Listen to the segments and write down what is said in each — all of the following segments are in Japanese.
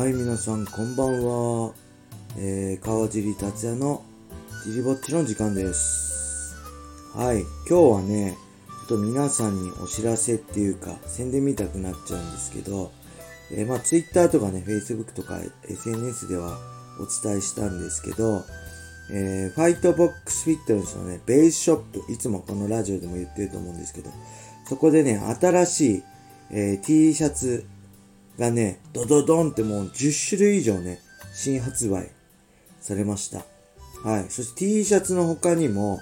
はい、皆さんこんばんは。川尻達也のジリぼっちの時間です。はい、今日はね、ちょっと皆さんにお知らせっていうか、宣伝みたくなっちゃうんですけど、Twitter とかね、Facebook とか SNS ではお伝えしたんですけど、ファイトボックスフィットネスのね、ベースショップ、いつもこのラジオでも言ってると思うんですけど、そこでね、新しい、T シャツがね、ドドドンってもう10種類以上ね、新発売されました。はい。そして T シャツの他にも、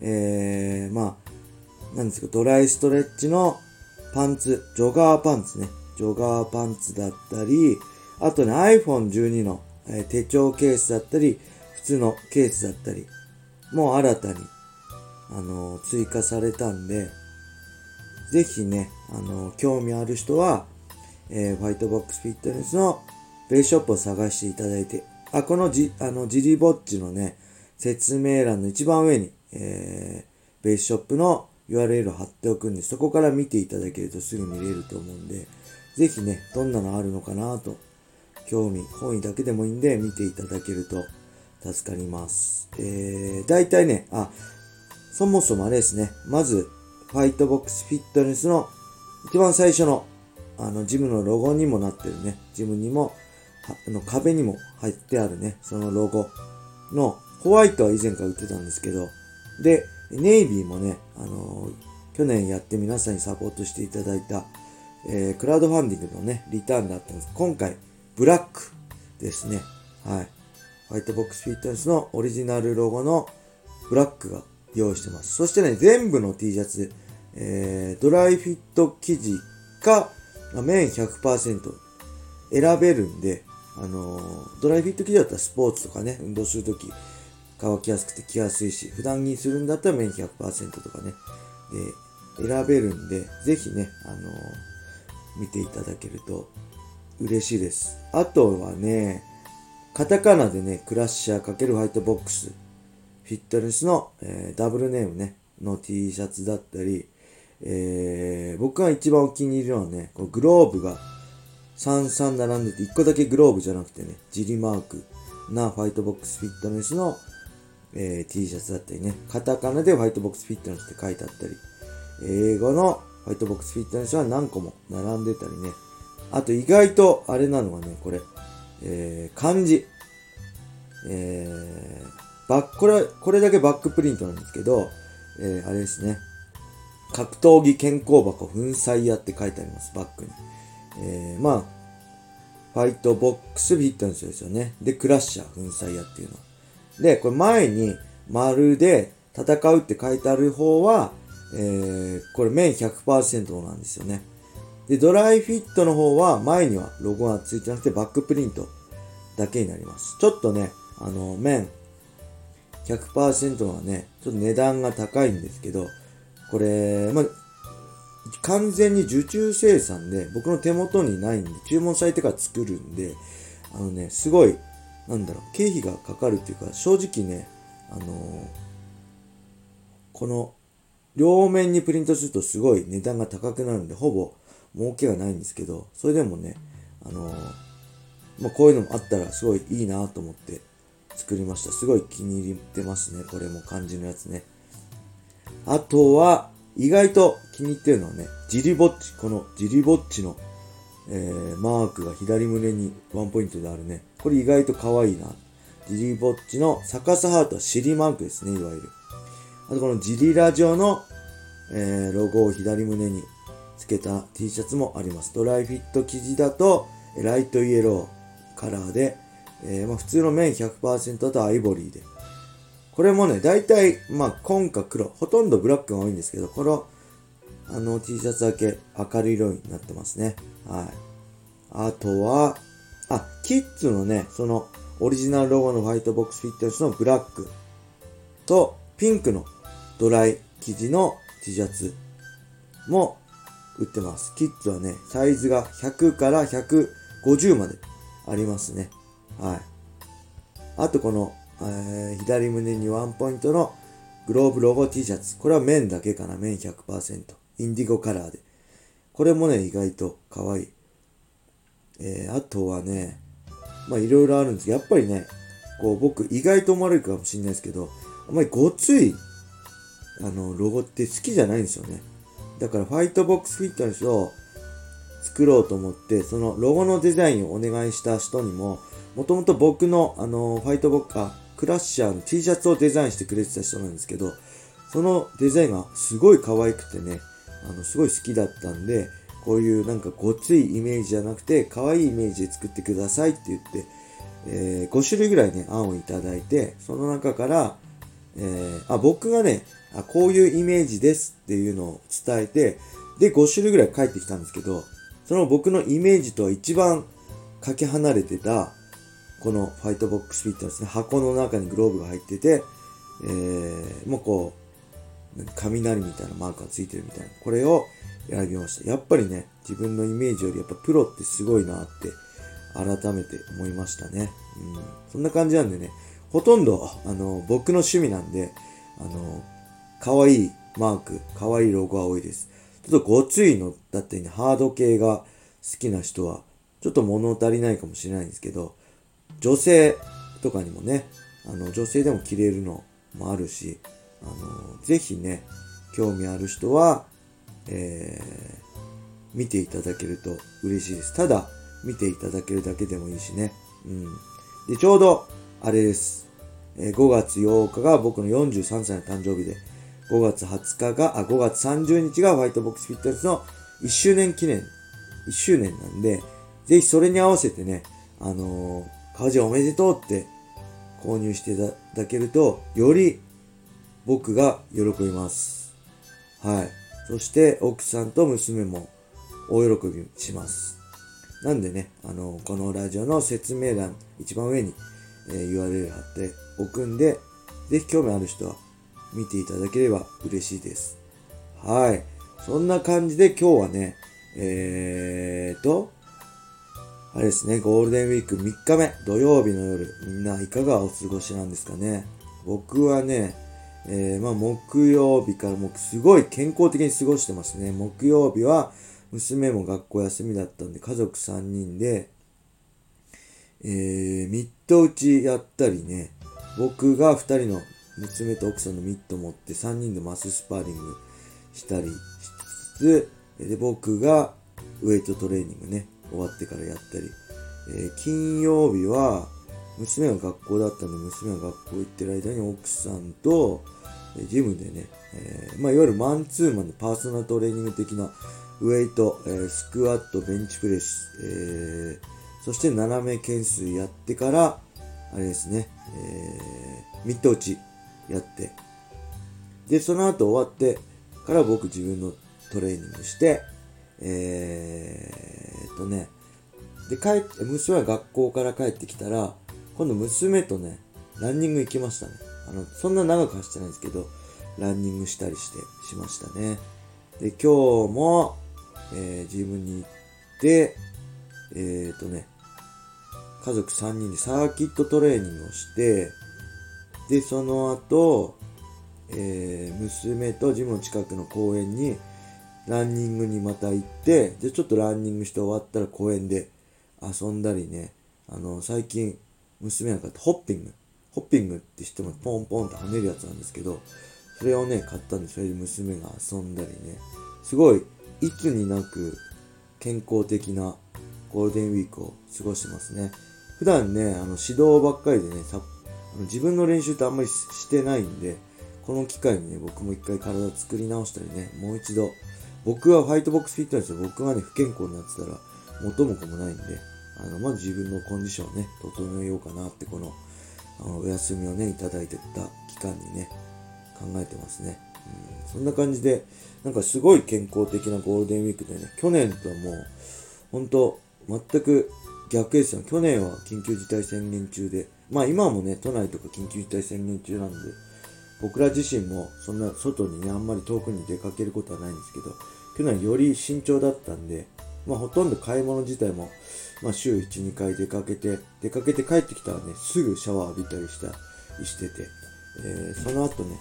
なんですか、ドライストレッチのパンツ、ジョガーパンツね。ジョガーパンツだったり、あとね、iPhone12 の、手帳ケースだったり、普通のケースだったり、もう新たに、追加されたんで、ぜひね、興味ある人は、ファイトボックスフィットネスのベースショップを探していただいて、このジリぼっちのね、説明欄の一番上に、ベースショップの URL を貼っておくんで、そこから見ていただけるとすぐ見れると思うんで、ぜひね、どんなのあるのかなと、本意だけでもいいんで見ていただけると助かります。大体ね、そもそもあれですね、まず、ファイトボックスフィットネスの一番最初のジムのロゴにもなってるね、ジムにも、壁にも入ってあるね、そのロゴの、ホワイトは以前から売ってたんですけど、で、ネイビーもね、去年やって皆さんにサポートしていただいた、クラウドファンディングのね、リターンだったんです。今回、ブラックですね。はい。ホワイトボックスフィットネスのオリジナルロゴのブラックが用意してます。そしてね、全部の T シャツ、ドライフィット生地か、綿 100% 選べるんで、ドライフィット生地だったらスポーツとかね、運動するとき乾きやすくて着やすいし、普段着するんだったら綿 100% とかね、で、選べるんで、ぜひね、見ていただけると嬉しいです。あとはね、カタカナでね、クラッシャー×ホワイトボックス、フィットネスの、ダブルネームね、の T シャツだったり、僕が一番お気に入りのはね、このグローブが33並んでて、1個だけグローブじゃなくてね、ジリマークなファイトボックスフィットネスの、T シャツだったりね、カタカナでファイトボックスフィットネスって書いてあったり、英語のファイトボックスフィットネスは何個も並んでたりね、あと意外とあれなのがね、これ、漢字、これだけバックプリントなんですけど、あれですね、格闘技健康箱粉砕屋って書いてあります、バックに。ファイトボックスフィットネスですよね。で、クラッシャー粉砕屋っていうの。で、これ前に丸で戦うって書いてある方は、これ綿 100% なんですよね。で、ドライフィットの方は前にはロゴがついてなくてバックプリントだけになります。ちょっとね、綿 100% はね、ちょっと値段が高いんですけど、これ、完全に受注生産で、僕の手元にないんで、注文されてから作るんで、すごい、経費がかかるっていうか、正直ね、この、両面にプリントするとすごい値段が高くなるんで、ほぼ儲けがないんですけど、それでもね、こういうのもあったらすごいいいなと思って作りました。すごい気に入ってますね、これも漢字のやつね。あとは、意外と気に入ってるのはね、ジリぼっち。このジリぼっちの、マークが左胸にワンポイントであるね。これ意外と可愛いな。ジリぼっちの逆さハートは尻マークですね、いわゆる。あとこのジリラジオの、ロゴを左胸につけた T シャツもあります。ドライフィット生地だと、ライトイエローカラーで、普通の綿 100% だとアイボリーで。これもね、大体、紺か黒、ほとんどブラックが多いんですけど、この、T シャツだけ明るい色になってますね。はい。あとは、キッズのね、その、オリジナルロゴのファイトボックスフィットネスのブラックと、ピンクのドライ生地の T シャツも売ってます。キッズはね、サイズが100から150までありますね。はい。あとこの、左胸にワンポイントのグローブロゴ T シャツ。これは綿だけかな。綿 100%。インディゴカラーで。これもね、意外と可愛い。あとはね、 いろいろあるんですけど、やっぱりね、こう僕意外と思われるかもしれないですけど、あんまりごつい、ロゴって好きじゃないんですよね。だからファイトボックスフィットネスを作ろうと思って、そのロゴのデザインをお願いした人にも、もともと僕のファイトボッカー、クラッシャーの T シャツをデザインしてくれてた人なんですけど、そのデザインがすごい可愛くてね、すごい好きだったんで、こういうなんかごついイメージじゃなくて、可愛いイメージで作ってくださいって言って、5種類ぐらいね、案をいただいて、その中から、僕がね、こういうイメージですっていうのを伝えて、で、5種類ぐらい返ってきたんですけど、その僕のイメージとは一番かけ離れてた、このファイトボックスフィットですね、箱の中にグローブが入ってて、もうこう、雷みたいなマークがついてるみたいな、これを選びました。やっぱりね、自分のイメージよりやっぱプロってすごいなって改めて思いましたね。そんな感じなんでね、ほとんど、僕の趣味なんで、可愛いマーク、可愛いロゴが多いです。ちょっとごついのだったりね、ハード系が好きな人は、ちょっと物足りないかもしれないんですけど、女性とかにもね、女性でも着れるのもあるし、ぜひね、興味ある人は、見ていただけると嬉しいです。ただ、見ていただけるだけでもいいしね。で、ちょうど、あれです。5月8日が僕の43歳の誕生日で、5月20日が、5月30日がファイトボックスフィットネスの1周年記念、1周年なんで、ぜひそれに合わせてね、川地おめでとうって購入していただけると、より僕が喜びます。はい。そして奥さんと娘も大喜びします。なんでね、このラジオの説明欄一番上に、URL 貼っておくんで、ぜひ興味ある人は見ていただければ嬉しいです。はい。そんな感じで今日はね、あれですね、ゴールデンウィーク3日目、土曜日の夜、みんないかがお過ごしなんですかね。僕はね、木曜日からもうすごい健康的に過ごしてますね。木曜日は娘も学校休みだったんで家族3人で、ミット打ちやったりね、僕が2人の娘と奥さんのミット持って3人でマススパーリングしたりしつつ、で、僕がウェイトトレーニングね、終わってからやったり、金曜日は娘が学校だったんで、娘が学校行ってる間に奥さんと、ジムでね、いわゆるマンツーマンのパーソナルトレーニング的なウェイト、スクワット、ベンチプレス、そして斜め懸垂やってから、あれですね、ミット打ちやって、で、その後終わってから僕自分のトレーニングして、で、娘は学校から帰ってきたら、今度娘とね、ランニング行きましたね。そんな長く走ってないんですけど、ランニングしたりしましたね。で、今日も、ジムに行って、家族3人でサーキットトレーニングをして、で、その後、娘とジムの近くの公園にランニングにまた行って、で、ちょっとランニングして終わったら公園で遊んだりね、最近娘が買ったホッピングって知ってます？ポンポンって跳ねるやつなんですけど、それをね、買ったんで、それで娘が遊んだりね、すごい、いつになく健康的なゴールデンウィークを過ごしてますね。普段ね、指導ばっかりでね、自分の練習ってあんまりしてないんで、この機会にね、僕も一回体作り直したりね、もう一度、僕はファイトボックスフィットネスで僕がね、不健康になってたら、元も子もないんで、まず自分のコンディションをね、整えようかなって、この、お休みをね、いただいてた期間にね、考えてますね。そんな感じで、なんかすごい健康的なゴールデンウィークでね、去年とはもう、ほんと、全く逆ですよ。去年は緊急事態宣言中で、今もね、都内とか緊急事態宣言中なんで、僕ら自身もそんな外にね、あんまり遠くに出かけることはないんですけど、去年より慎重だったんで、ほとんど買い物自体も、週1、2回出かけて帰ってきたらね、すぐシャワー浴びたりしてて、その後ね、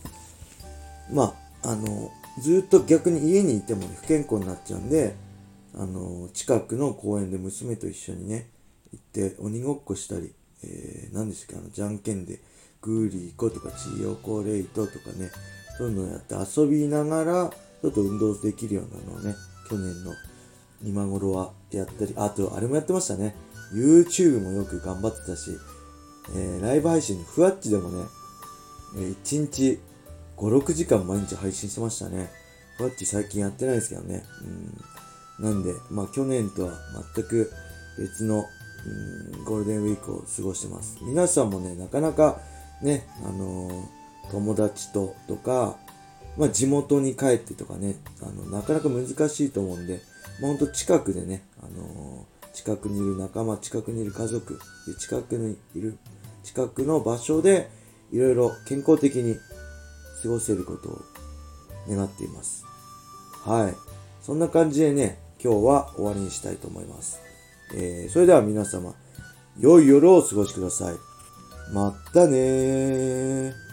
ずっと逆に家にいてもね、不健康になっちゃうんで、 近くの公園で娘と一緒にね、行って鬼ごっこしたり、何ですか、じゃんけんでグーリーコとかチヨコレイトとかね、そういうのをやって遊びながら、ちょっと運動できるようなのをね、去年の今頃はやったり、あと、あれもやってましたね。YouTube もよく頑張ってたし、ライブ配信、ふわっちでもね、1日5、6時間毎日配信してましたね。ふわっち最近やってないですけどね。なんで、去年とは全く別の、ゴールデンウィークを過ごしてます。皆さんもね、なかなかね、友達とか、地元に帰ってとかね、なかなか難しいと思うんで、ほんと近くでね、近くにいる仲間、近くにいる家族、近くの場所で、いろいろ健康的に過ごせることを願っています。はい。そんな感じでね、今日は終わりにしたいと思います。それでは皆様、良い夜をお過ごしください。またねー。